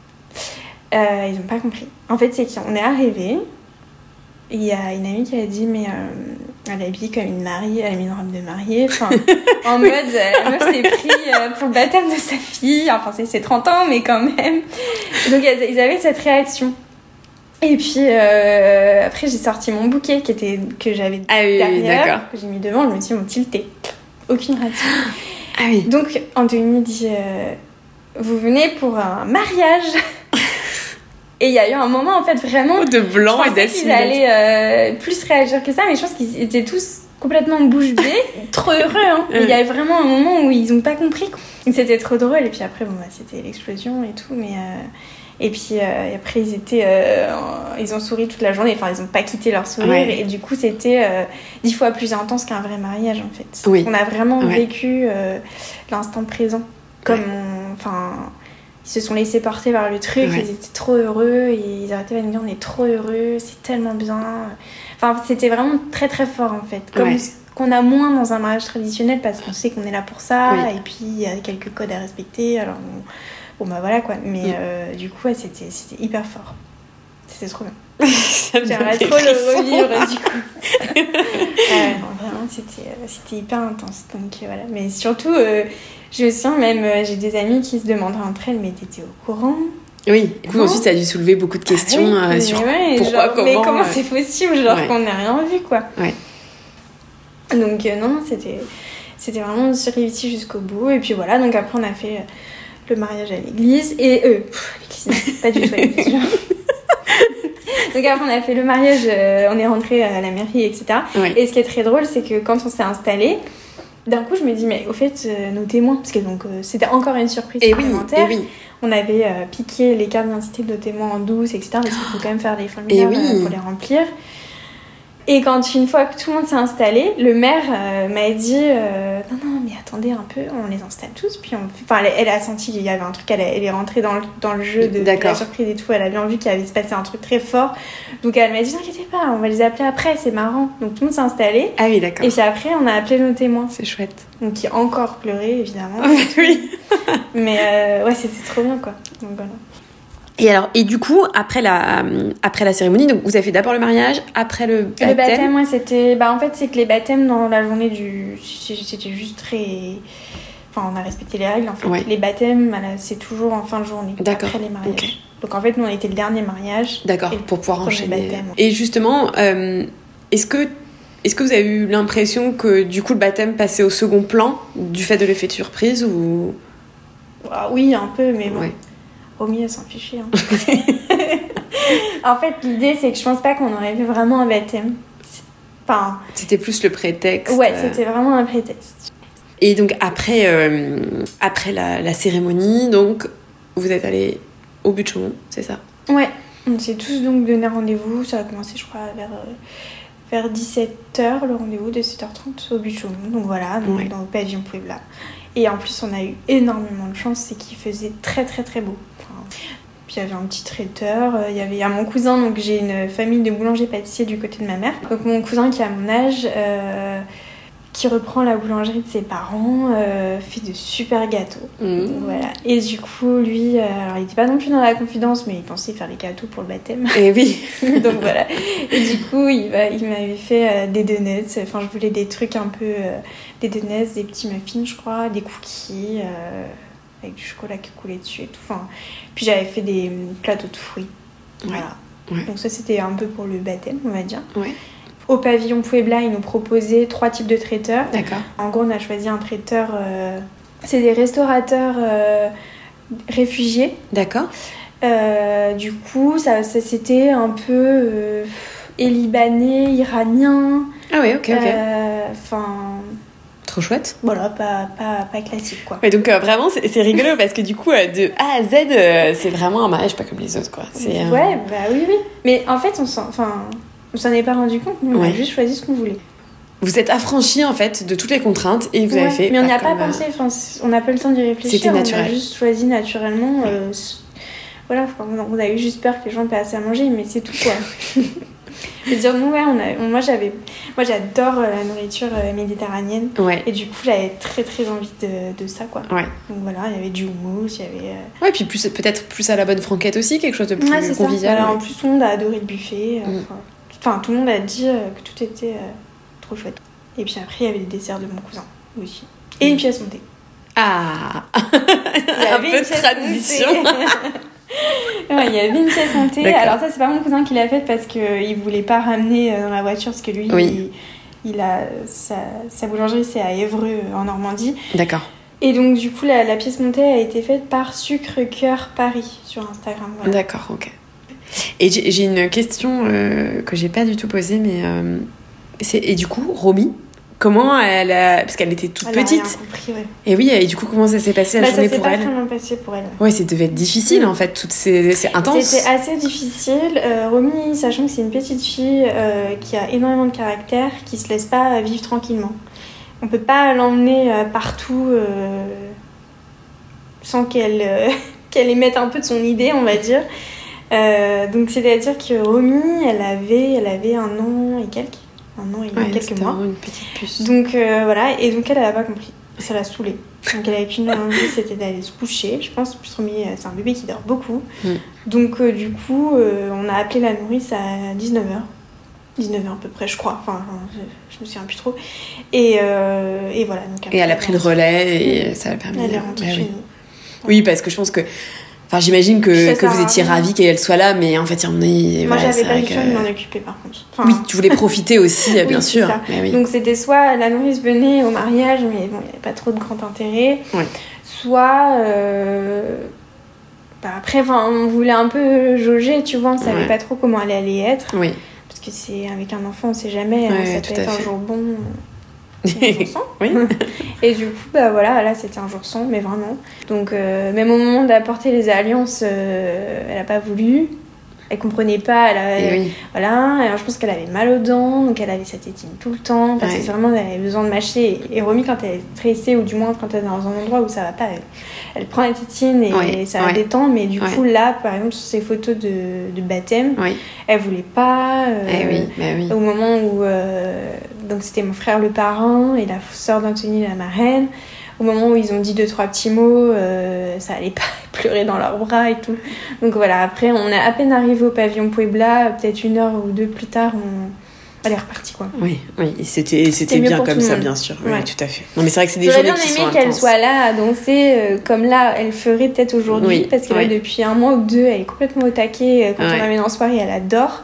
Euh, ils n'ont pas compris. En fait, c'est qu'on est arrivé. Il y a une amie qui a dit, mais euh, elle est habillée comme une mariée, elle a mis une robe de mariée. Enfin, en mode, euh, la meuf s'est pris euh, pour le baptême de sa fille. Enfin, c'est ses trente ans, mais quand même. Donc, ils avaient cette réaction. Et puis, euh, après, j'ai sorti mon bouquet qui était, que j'avais
Ah oui, oui,
derrière,
d'accord.
que j'ai mis devant. Je me suis dit, mon tilté. Aucune réaction.
Ah oui.
Donc, Anthony dit, euh, vous venez pour un mariage. Et il y a eu un moment, en fait, vraiment...
De blanc
je
et
pensais qu'ils allaient euh, plus réagir que ça, mais je pense qu'ils étaient tous complètement bouche bée, trop heureux. Hein. Il y avait vraiment un moment où ils n'ont pas compris. C'était trop drôle. Et puis après, bon, bah, c'était l'explosion et tout. Mais, euh... Et puis euh, et après, ils étaient... Euh... Ils ont souri toute la journée. Enfin, ils n'ont pas quitté leur sourire.
Ouais.
Et du coup, c'était euh, dix fois plus intense qu'un vrai mariage, en fait.
Oui.
On a vraiment
Ouais.
vécu euh, l'instant présent. Comme
Ouais.
on... Enfin... Ils se sont laissés porter par le truc,
Ouais.
ils étaient trop heureux, et ils arrêtaient pas de me dire on est trop heureux, c'est tellement bien. Enfin, c'était vraiment très très fort en fait. Comme
Ouais.
ce qu'on a moins dans un mariage traditionnel parce qu'on sait qu'on est là pour ça,
Oui.
et puis il y a quelques codes à respecter, alors bon, bon bah voilà quoi. Mais
Mm.
euh, du coup, ouais, c'était, c'était hyper fort. C'était trop bien.
Ça me
J'aimerais
donne des
trop le
frissons.
revivre du coup. euh, non, vraiment, c'était, euh, c'était hyper intense. Donc euh, voilà. Mais surtout, euh, je me souviens même, euh, j'ai des amis qui se demanderaient entre elles, mais t'étais au courant?
Oui, du coup,
Non.
ensuite, ça a dû soulever beaucoup de questions
Ah oui,
euh,
mais
sur
ouais,
pourquoi,
genre,
comment...
Mais comment
euh,
c'est possible, genre
ouais.
qu'on n'ait rien vu quoi.
Ouais.
Donc euh, non, non, c'était, c'était vraiment réussi jusqu'au bout. Et puis voilà, donc après on a fait euh, le mariage à l'église. Et euh, pff, l'église, pas du tout à l'église. Donc après on a fait le mariage, euh, on est rentré à la mairie, et cetera.
Ouais.
Et ce qui est très drôle, c'est que quand on s'est installé, d'un coup je me dis mais au fait euh, nos témoins, parce que donc euh, c'était encore une surprise
Et oui,
supplémentaire.
et oui.
On avait euh, piqué les cartes d'identité de nos témoins en douce, et cetera. Parce qu'il faut quand même faire des formulaires
Et oui.
euh, pour les remplir. Et quand une fois que tout le monde s'est installé, le maire euh, m'a dit euh, non non mais attendez un peu, on les installe tous, puis on... enfin elle, elle a senti qu'il y avait un truc, elle, elle est rentrée dans le, dans le jeu de, de
D'accord.
la surprise et tout, elle a bien vu qu'il allait se passer un truc très fort, donc elle m'a dit n'inquiétez pas, on va les appeler après, c'est marrant. Donc tout le monde s'est installé.
Ah oui, d'accord.
Et puis après on a appelé nos témoins,
C'est chouette.
donc qui ont encore pleuré évidemment.
Oui.
Mais euh, ouais, c'était trop bien quoi. Donc voilà.
Et alors, et du coup, après la, après la cérémonie, donc vous avez fait d'abord le mariage, après le baptême.
Le baptême, ouais, c'était. Bah, en fait, c'est que les baptêmes dans la journée du. C'était juste très. Enfin, on a respecté les règles en fait.
Ouais.
Les baptêmes, voilà, c'est toujours en fin de journée.
D'accord.
Après les mariages.
Ok.
Donc en fait, nous, on était le dernier mariage.
D'accord,
Et
pour pouvoir
premier
enchaîner.
baptême.
Et justement, euh, est-ce que, est-ce que vous avez eu l'impression que du coup le baptême passait au second plan du fait de l'effet de surprise ou...
Ah, oui, un peu, mais bon.
Ouais.
Au mieux, s'en ficher. Hein. En fait, l'idée, c'est que je pense pas qu'on aurait vu vraiment un baptême. C'est- Enfin,
C'était plus le prétexte.
ouais,
euh.
c'était vraiment un prétexte.
Et donc après, euh, après la, la cérémonie, donc vous êtes allés au but de Chaumont, c'est ça?
Ouais, on s'est tous donc donné rendez-vous. Ça a commencé, je crois, vers, euh, vers dix-sept heures, le rendez-vous de sept heures trente au but de Chaumont. Donc voilà, donc,
Ouais.
dans le pavillon Puebla. Et en plus, on a eu énormément de chance, c'est qu'il faisait très très très beau. Enfin, puis il y avait un petit traiteur, euh, il y avait il y a mon cousin, donc j'ai une famille de boulangers-pâtissiers du côté de ma mère. Donc mon cousin qui a mon âge, euh, qui reprend la boulangerie de ses parents, euh, fait de super gâteaux.
Mmh.
Donc, voilà. Et du coup, lui, euh, alors il n'était pas non plus dans la confidence, mais il pensait faire les gâteaux pour le baptême.
Et oui.
Donc voilà. Et du coup, il, va, il m'avait fait euh, des donuts. Enfin, je voulais des trucs un peu... Euh, des donuts, des petits muffins, je crois, des cookies, euh, avec du chocolat qui coulait dessus et tout. Enfin, puis j'avais fait des euh, plateaux de fruits. Voilà.
Ouais.
Donc ça, c'était un peu pour le baptême, on va dire.
Ouais.
Au pavillon Puebla, ils nous proposaient trois types de traiteurs.
D'accord.
En gros, on a choisi un traiteur... Euh, c'est des restaurateurs euh, réfugiés.
D'accord.
Euh, du coup, ça, ça c'était un peu euh, et libanais, iranien.
Ah oui, ok, ok.
Enfin,
Trop chouette.
voilà, pas, pas, pas classique quoi.
Ouais, donc euh, vraiment, c'est, c'est rigolo parce que du coup, euh, de A à Z, euh, c'est vraiment un mariage pas comme les autres, quoi. C'est, euh,
Ouais, bah oui, oui. Mais en fait, on s'en, enfin, on s'en est pas rendu compte. Nous, on
Ouais.
a juste choisi ce qu'on voulait.
vous êtes affranchis en fait de toutes les contraintes et vous
ouais,
avez fait.
Mais on n'y a
bah,
pas pensé, enfin, on n'a pas eu le temps d'y réfléchir.
C'était naturel.
On a juste choisi naturellement. Euh, voilà, on a eu juste peur que les gens passent à manger, mais c'est tout quoi. Je veux dire, nous, ouais, on a, moi, j'avais, moi j'adore la nourriture méditerranéenne.
Ouais.
Et du coup, j'avais très très envie de, de ça quoi.
Ouais.
Donc voilà, il y avait du houmous, il y avait. Euh...
Ouais, puis plus, peut-être plus à la bonne franquette aussi, quelque chose de plus
ouais, c'est
convivial.
Ça.
Ouais.
En plus, tout le monde a adoré le buffet.
Mm.
Enfin, tout le monde a dit que tout était euh, trop chouette. Et puis après, il y avait les desserts de mon cousin aussi. Et une pièce montée.
Ah un peu de tradition.
Ouais, il y avait une pièce montée.
D'accord.
Alors ça, c'est pas mon cousin qui l'a faite parce qu'il voulait pas ramener dans la voiture parce que lui,
oui.
il, il a sa, sa boulangerie, c'est à Évreux en Normandie.
D'accord.
Et donc du coup, la, la pièce montée a été faite par Sucre Cœur Paris sur Instagram. Voilà.
D'accord, ok. Et j'ai, j'ai une question euh, que j'ai pas du tout posée, mais euh, c'est et du coup, Romy. Comment elle a... Parce qu'elle était toute
elle
petite.
Elle a rien compris, ouais.
Et oui, et du coup, comment ça s'est passé la
bah,
journée pour elle ?
Ça s'est pas vraiment passé pour elle.
Ouais, ça devait être difficile, mmh. en fait. Toutes ces... C'est intense.
C'était assez difficile. Euh, Romy, sachant que c'est une petite fille euh, qui a énormément de caractère, qui se laisse pas vivre tranquillement. On peut pas l'emmener euh, partout euh, sans qu'elle, euh, qu'elle émette un peu de son idée, on va dire. Euh, donc, c'est-à-dire que Romy, elle avait, elle avait un an et quelques. Un an et
ouais,
quelques mois.
Une petite puce.
Donc euh, voilà, et donc elle, elle a pas compris. Ça l'a saoulée. Donc elle avait qu'une envie, c'était d'aller se coucher. Je pense que c'est un bébé qui dort beaucoup. Mm. Donc euh, du coup, euh, on a appelé la nourrice à dix-neuf heures. dix-neuf heures à peu près, je crois. Enfin, je, je me souviens plus trop. Et, euh, et voilà. Donc,
après, et elle a pris le relais et mmh. ça a permis.
Elle est rentrée chez
oui.
nous.
Oui, parce que je pense que. Enfin, j'imagine que, que vous étiez ravie qu'elle soit là, mais en fait, il y en a.
Moi,
voilà,
j'avais pas du
que...
tout de m'en occuper par contre.
Enfin... Oui, tu voulais profiter aussi, bien
oui,
sûr.
Mais
oui.
Donc, c'était soit la nourrice venait au mariage, mais bon, il n'y avait pas trop de grand intérêt.
Ouais.
Soit. Euh... Bah, après, on voulait un peu jauger, tu vois, on savait ouais. pas trop comment elle allait être.
Oui.
Parce que c'est avec un enfant, on sait jamais,
ouais,
ça peut être un jour bon. Un jour sans.
Oui.
Et du coup, bah voilà, là c'était un jour sans, mais vraiment. Donc, euh, même au moment d'apporter les alliances, euh, elle a pas voulu. Elle comprenait pas. Elle avait,
oui.
Voilà. Alors, je pense qu'elle avait mal aux dents, donc elle avait sa tétine tout le temps. Parce ouais. que vraiment, elle avait besoin de mâcher. Et Romy, quand elle est stressée, ou du moins quand elle est dans un endroit où ça va pas, elle, elle prend la tétine et,
ouais.
et ça la
ouais.
détend. Mais du
ouais.
coup, là, par exemple, sur ses photos de, de baptême,
ouais.
elle voulait pas. Euh,
eh oui, bah oui.
Au moment où. Euh, donc, c'était mon frère le parrain et la sœur d'Anthony, la marraine. Au moment où ils ont dit deux, trois petits mots, euh, ça allait pas pleurer dans leurs bras et tout. Donc voilà, après, on est à peine arrivé au pavillon Puebla, peut-être une heure ou deux plus tard, on... elle est repartie, quoi.
Oui, oui, et c'était, c'était, c'était bien comme ça, bien sûr. Oui, ouais. Tout à fait. Non, mais c'est vrai que c'est des
J'aurais
journées
qui sont
intenses.
J'aurais bien aimé qu'elle soit là à danser, euh, comme là, elle ferait peut-être aujourd'hui, oui, parce que oui. là, depuis un mois ou deux, elle est complètement au taquet. Quand ouais. on l'amène en soirée, elle adore.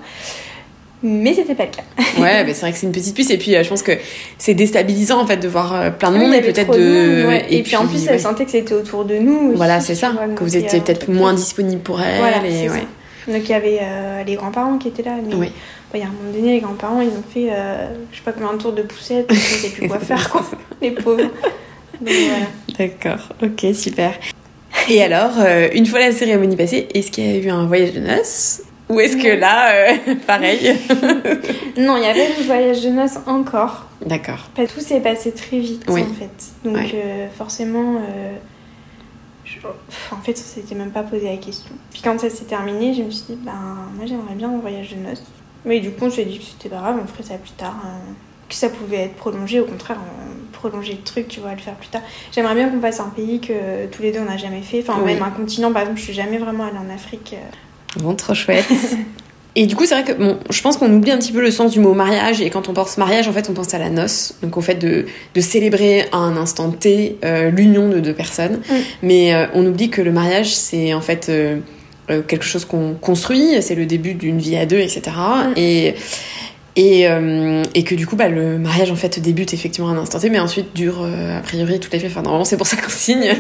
Mais c'était pas le cas.
Ouais, mais c'est vrai que c'est une petite puce et puis euh, je pense que c'est déstabilisant en fait de voir euh, plein de
oui,
monde et peut-être de,
de... Ouais. et, et puis, puis en plus elle ouais. sentait que c'était autour de nous aussi,
voilà c'est ça vois, que vous étiez peut-être moins disponible pour elle
voilà,
et
c'est
ouais.
ça. Donc il y avait euh, les grands-parents qui étaient là mais
oui.
bon, il y a un moment donné les grands-parents ils ont fait euh, je sais pas combien de tours de poussette ils ne savaient plus quoi faire quoi les pauvres. Donc, voilà.
D'accord, ok, super. Et alors euh, une fois la cérémonie passée, est-ce qu'il y a eu un voyage de noces? Ou est-ce que là, euh, pareil?
Non, il y avait le voyage de noces encore.
D'accord.
Pas tout s'est passé très vite,
oui.
en fait. Donc, ouais. euh, forcément, euh, je... en fait, on s'était même pas posé la question. Puis quand ça s'est terminé, je me suis dit, ben, moi, j'aimerais bien un voyage de noces. Mais du coup, on s'est dit que c'était pas grave, on ferait ça plus tard. Hein. Que ça pouvait être prolongé, au contraire, on prolonger le truc, tu vois, le faire plus tard. J'aimerais bien qu'on fasse un pays que tous les deux, on n'a jamais fait. Enfin, oui. même un continent, par exemple, je suis jamais vraiment allée en Afrique. Euh...
Bon, trop chouette. Et du coup, c'est vrai que bon, je pense qu'on oublie un petit peu le sens du mot mariage. Et quand on pense mariage, en fait, on pense à la noce. Donc, au fait de, de célébrer à un instant T euh, l'union de deux personnes. Mm. Mais euh, on oublie que le mariage, c'est en fait euh, euh, quelque chose qu'on construit. C'est le début d'une vie à deux, et cetera. Mm. Et... Et, euh, et que du coup, bah, le mariage en fait débute effectivement à un instant T, mais ensuite dure euh, a priori toute la vie. Enfin, normalement, c'est pour ça qu'on signe.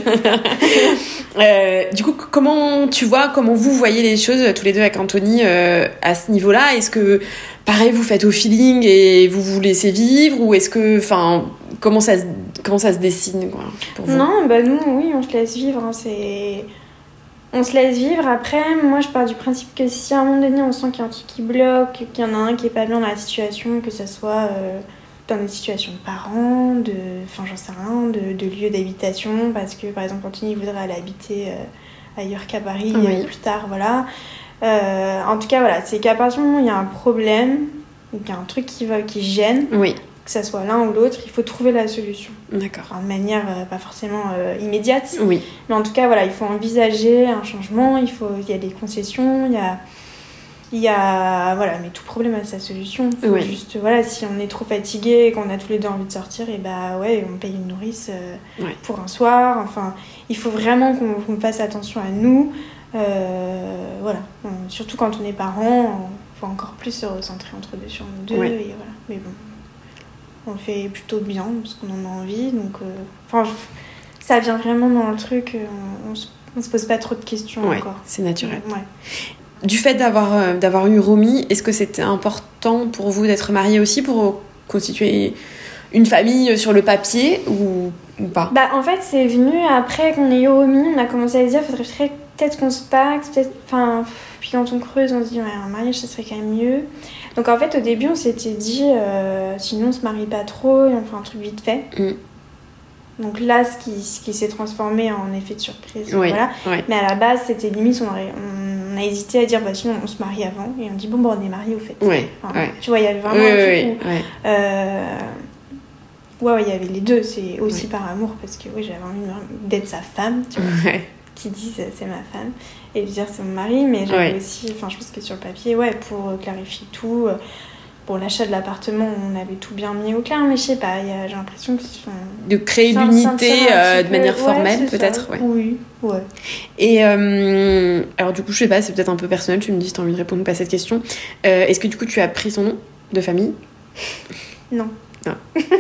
euh, du coup, comment tu vois, comment vous voyez les choses tous les deux avec Anthony euh, à ce niveau-là? Est-ce que pareil, vous faites au feeling et vous vous laissez vivre, ou est-ce que, enfin, comment ça, comment ça se dessine quoi, pour vous?
Non, bah nous, oui, on se laisse vivre. Hein, c'est On se laisse vivre. Après, moi, je pars du principe que si à un moment donné, on sent qu'il y a un truc qui bloque, qu'il y en a un qui est pas bien dans la situation, que ça soit... Euh... dans des situations de parents, de, enfin j'en sais rien, de, de lieux d'habitation, parce que par exemple Anthony voudrait aller habiter euh, ailleurs qu'à Paris
oui.
euh, plus tard, voilà. Euh, en tout cas, voilà, c'est qu'à partir du moment où il y a un problème, il y a un truc qui, va, qui gêne,
oui.
que ça soit l'un ou l'autre, il faut trouver la solution.
D'accord.
Enfin, de manière euh, pas forcément euh, immédiate,
oui.
mais en tout cas, voilà, il faut envisager un changement, il, faut, il y a des concessions, il y a... Il y a, voilà, mais tout problème a sa solution. Faut
ouais.
juste, voilà, si on est trop fatigué et qu'on a tous les deux envie de sortir, et bah ouais, on paye une nourrice euh,
ouais.
pour un soir. Enfin, il faut vraiment qu'on, qu'on fasse attention à nous. Euh, voilà, on, surtout quand on est parents, il faut encore plus se recentrer entre deux sur nous deux.
Ouais.
Et voilà. Mais bon, on le fait plutôt bien parce qu'on en a envie. Donc, euh, enfin, je, ça vient vraiment dans le truc. On, on, se, on se pose pas trop de questions
ouais,
encore.
C'est naturel.
Ouais.
Du fait d'avoir, euh, d'avoir eu Romy, est-ce que c'était important pour vous d'être mariés aussi pour constituer une famille sur le papier ou, ou pas?
Bah en fait c'est venu après qu'on ait eu Romy, on a commencé à se dire faudrait peut-être qu'on se pacte, peut-être, enfin puis quand on creuse on se dit ouais, un mariage ça serait quand même mieux. Donc en fait au début on s'était dit euh, sinon on se marie pas trop et on fait un truc vite fait. Mm. Donc là ce qui, ce qui s'est transformé en effet de surprise,
oui,
voilà.
Oui.
Mais à la base c'était limite on aurait, on, On a hésité à dire bah sinon on se marie avant et on dit bon bah on est mariés au fait.
Ouais,
enfin,
ouais.
Tu vois il y avait vraiment
oui,
un truc
oui,
où
ouais.
euh, ouais ouais il y avait les deux, c'est aussi
ouais.
par amour parce que oui j'avais envie d'être sa femme, tu vois,
ouais.
qui disent c'est ma femme et dire c'est mon mari, mais j'avais
ouais.
aussi, enfin je pense que sur le papier ouais pour clarifier tout. Pour l'achat de l'appartement, on avait tout bien mis au clair, mais je sais pas, y a, j'ai l'impression que... Enfin,
de créer l'unité euh, de manière
ouais,
formelle, peut-être ouais.
Oui, ouais.
Et euh, alors du coup, je sais pas, c'est peut-être un peu personnel, tu me dis si t'as envie de répondre à cette question. Euh, est-ce que du coup, tu as pris son nom de famille?
Non.
Non.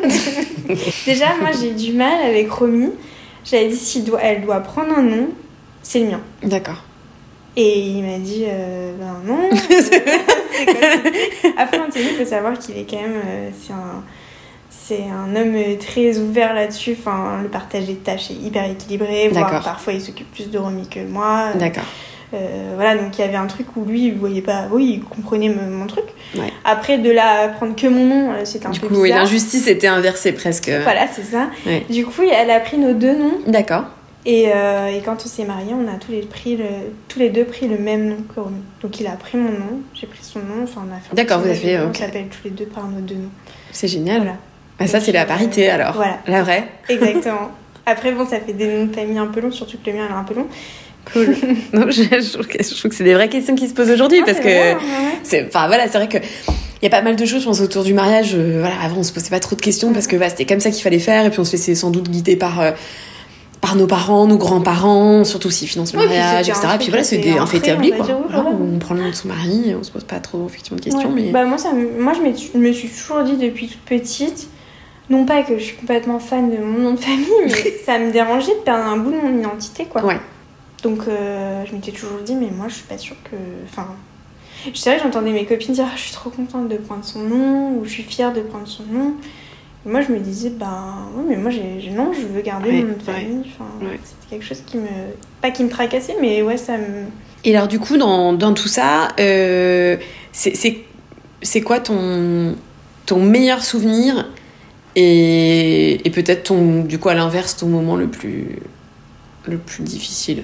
Déjà, moi, j'ai du mal avec Romy. J'avais dit, si doit, elle doit prendre un nom, c'est le mien.
D'accord.
Et il m'a dit, euh, ben non. c'est comme... Après, Anthony, il faut savoir qu'il est quand même... Euh, c'est, un, c'est un homme très ouvert là-dessus. Enfin, le partage des tâches est hyper équilibré. Voire
D'accord.
parfois, il s'occupe plus de Romy que moi.
D'accord.
Euh, voilà, donc il y avait un truc où lui, il voyait pas... Oui, il comprenait mon, mon truc.
Ouais.
Après, de là prendre que mon nom, c'était un
du
peu
coup,
bizarre.
oui, l'injustice était inversée presque.
Voilà, c'est ça.
Ouais.
Du coup, elle a pris nos deux noms.
D'accord.
Et, euh, et quand on s'est mariés, on a tous les, pris le, tous les deux pris le même nom que Romy. Donc il a pris mon nom, j'ai pris son nom, enfin on a fait...
D'accord, vous avez fait...
On
okay.
s'appelle tous les deux par nos deux noms.
C'est génial.
Voilà.
Bah, ça, c'est la parité alors.
Voilà.
La vraie.
Exactement. Après, bon, ça fait des noms de famille un peu longs, surtout que le mien, il est un peu long.
Cool. non, je, je, trouve que, je trouve que c'est des vraies questions qui se posent aujourd'hui
non,
parce
c'est
que...
vrai, ouais.
c'est, enfin, voilà, c'est vrai que... Il y a pas mal de choses, je pense, autour du mariage. Euh, voilà, avant, on se posait pas trop de questions parce que bah, c'était comme ça qu'il fallait faire. Et puis, on se laissait sans doute guider par... Euh, par nos parents, nos grands-parents, surtout s'ils financent le
oui,
mariage, et cetera. Et puis voilà, c'est des, un fait établi, quoi.
Dire, oui,
voilà,
voilà.
on prend le nom de son mari, on se pose pas trop effectivement de questions.
Ouais.
Mais...
Bah, moi, ça, moi je, je me suis toujours dit depuis toute petite, non pas que je suis complètement fan de mon nom de famille, mais ça me dérangeait de perdre un bout de mon identité, quoi.
Ouais.
Donc euh, je m'étais toujours dit, mais moi je suis pas sûre que... Enfin, c'est vrai que j'entendais mes copines dire, je suis trop contente de prendre son nom, ou je suis fière de prendre son nom. Et moi, je me disais, ben, oui, mais moi, j'ai, j'ai, non, je veux garder
ouais,
mon nom de famille.
ouais,
enfin,
ouais.
C'était quelque chose qui me... Pas qui me tracassait, mais ouais, ça me...
Et alors, du coup, dans, dans tout ça, euh, c'est, c'est, c'est quoi ton, ton meilleur souvenir et, et peut-être, ton, du coup, à l'inverse, ton moment le plus, le plus difficile?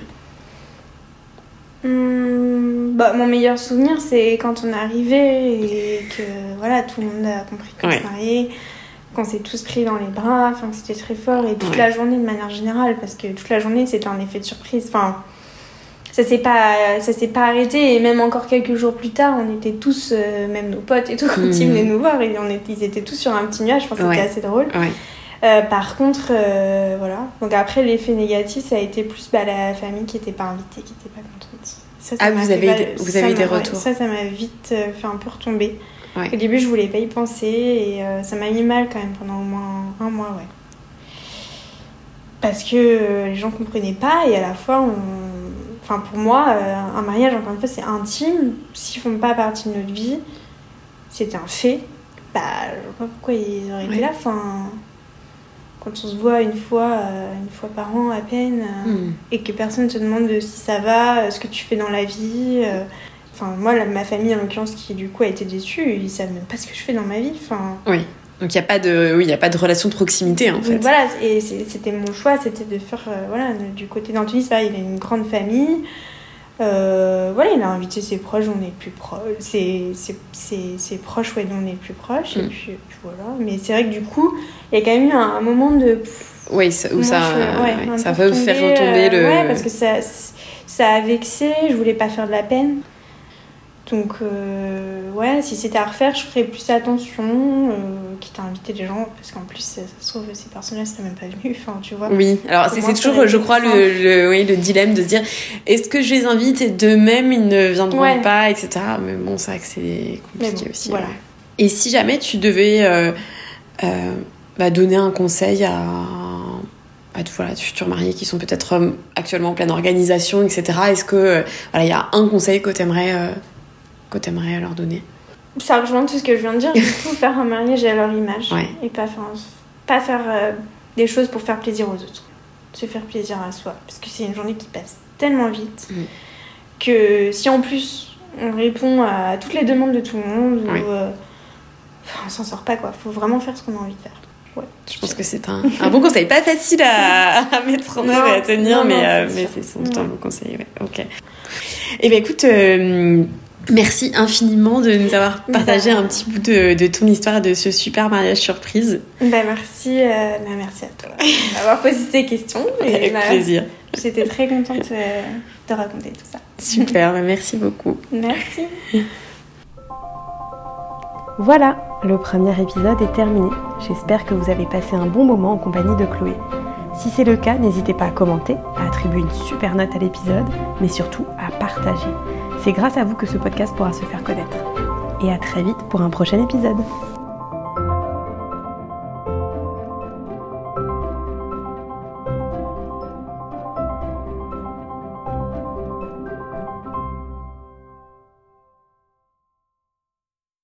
Hum, bah, mon meilleur souvenir, c'est quand on est arrivé et que, voilà, tout le monde a compris qu'on
ouais.
se mariait. Qu'on s'est tous pris dans les bras, enfin que c'était très fort et toute
ouais.
la journée de manière générale parce que toute la journée c'était un effet de surprise, enfin ça s'est pas, ça s'est pas arrêté et même encore quelques jours plus tard on était tous, euh, même nos potes et tout quand mmh. ils venaient nous voir et on était, ils étaient tous sur un petit nuage, je pense que
ouais.
c'était assez drôle.
Ouais.
Euh, par contre, euh, voilà, donc après l'effet négatif ça a été plus bah, la famille qui était pas invitée, qui était pas contente. Ça, ça
ah vous avez,
pas,
des, vous avez des retours
ouais, ça, ça m'a vite euh, fait un peu retomber.
Ouais.
Au début, je voulais pas y penser et euh, ça m'a mis mal quand même pendant au moins un mois, ouais. Parce que euh, les gens comprenaient pas et à la fois, on... enfin pour moi, euh, un mariage, encore une fois, c'est intime. S'ils font pas partie de notre vie, c'était un fait. Bah, je vois pas pourquoi ils auraient été ouais. là. Enfin, quand on se voit une fois, euh, une fois par an à peine, euh, mm. et que personne te demande de si ça va, euh, ce que tu fais dans la vie. Euh, Enfin, moi, la, ma famille, en l'occurrence, qui du coup a été déçue, ils savent même pas ce que je fais dans ma vie. Enfin,
oui. Donc il n'y a pas de, oui, il y a pas de relation de proximité en fait.
Donc, voilà, et c'était mon choix, c'était de faire, euh, voilà, du côté d'Anthony, c'est pareil, il a une grande famille. Euh, voilà, il a invité ses proches, on est plus proches, ses, ses, ses, ses proches, ouais, on est plus proches, mm. et puis, puis voilà. Mais c'est vrai que du coup, il y a quand même eu un, un moment de...
Oui, ça, où ça,
je, ouais,
ouais, ça peut faire retomber
euh,
le...
Ouais, parce que ça, ça a vexé, je voulais pas faire de la peine. Donc, euh, ouais, si c'était à refaire, je ferais plus attention, euh, quitte à inviter des gens, parce qu'en plus, ça, ça se trouve, ces personnes-là ne seraient même pas venues, enfin, tu vois.
Oui, alors c'est, c'est toujours, je crois, le, le, oui, le dilemme de se dire, est-ce que je les invite et d'eux-mêmes, ils ne viendront ouais. pas, et cetera. Mais bon, c'est vrai que c'est compliqué bon, aussi.
Voilà.
Ouais. Et si jamais tu devais euh, euh, bah, donner un conseil à... à voilà, de futurs mariés qui sont peut-être euh, actuellement en pleine organisation, et cetera. Est-ce que euh, voilà, il y a un conseil que tu aimerais... Euh, que tu aimerais leur donner?
Ça rejoint tout ce que je viens de dire. Du coup, faire un mariage à leur image.
Ouais.
Et pas faire, pas faire euh, des choses pour faire plaisir aux autres. Se faire plaisir à soi. Parce que c'est une journée qui passe tellement vite mmh. que si en plus on répond à toutes les demandes de tout le monde, ouais. ou, euh, on s'en sort pas, quoi. Faut vraiment faire ce qu'on a envie de faire. Ouais.
Je pense que c'est un, un bon conseil. Pas facile à, à mettre en œuvre et à tenir, non, mais, non, euh, mais c'est sans doute un bon conseil. Ouais. Ok. Et bien, écoute... Euh, Merci infiniment de nous avoir partagé bah, un petit bout de, de ton histoire et de ce super mariage surprise.
Bah merci, euh, bah merci à toi d'avoir posé ces questions. Et
Avec
bah,
plaisir.
J'étais très contente euh, de raconter tout ça.
Super, bah merci beaucoup.
Merci.
Voilà, le premier épisode est terminé. J'espère que vous avez passé un bon moment en compagnie de Chloé. Si c'est le cas, n'hésitez pas à commenter, à attribuer une super note à l'épisode, mais surtout à partager. C'est grâce à vous que ce podcast pourra se faire connaître. Et à très vite pour un prochain épisode.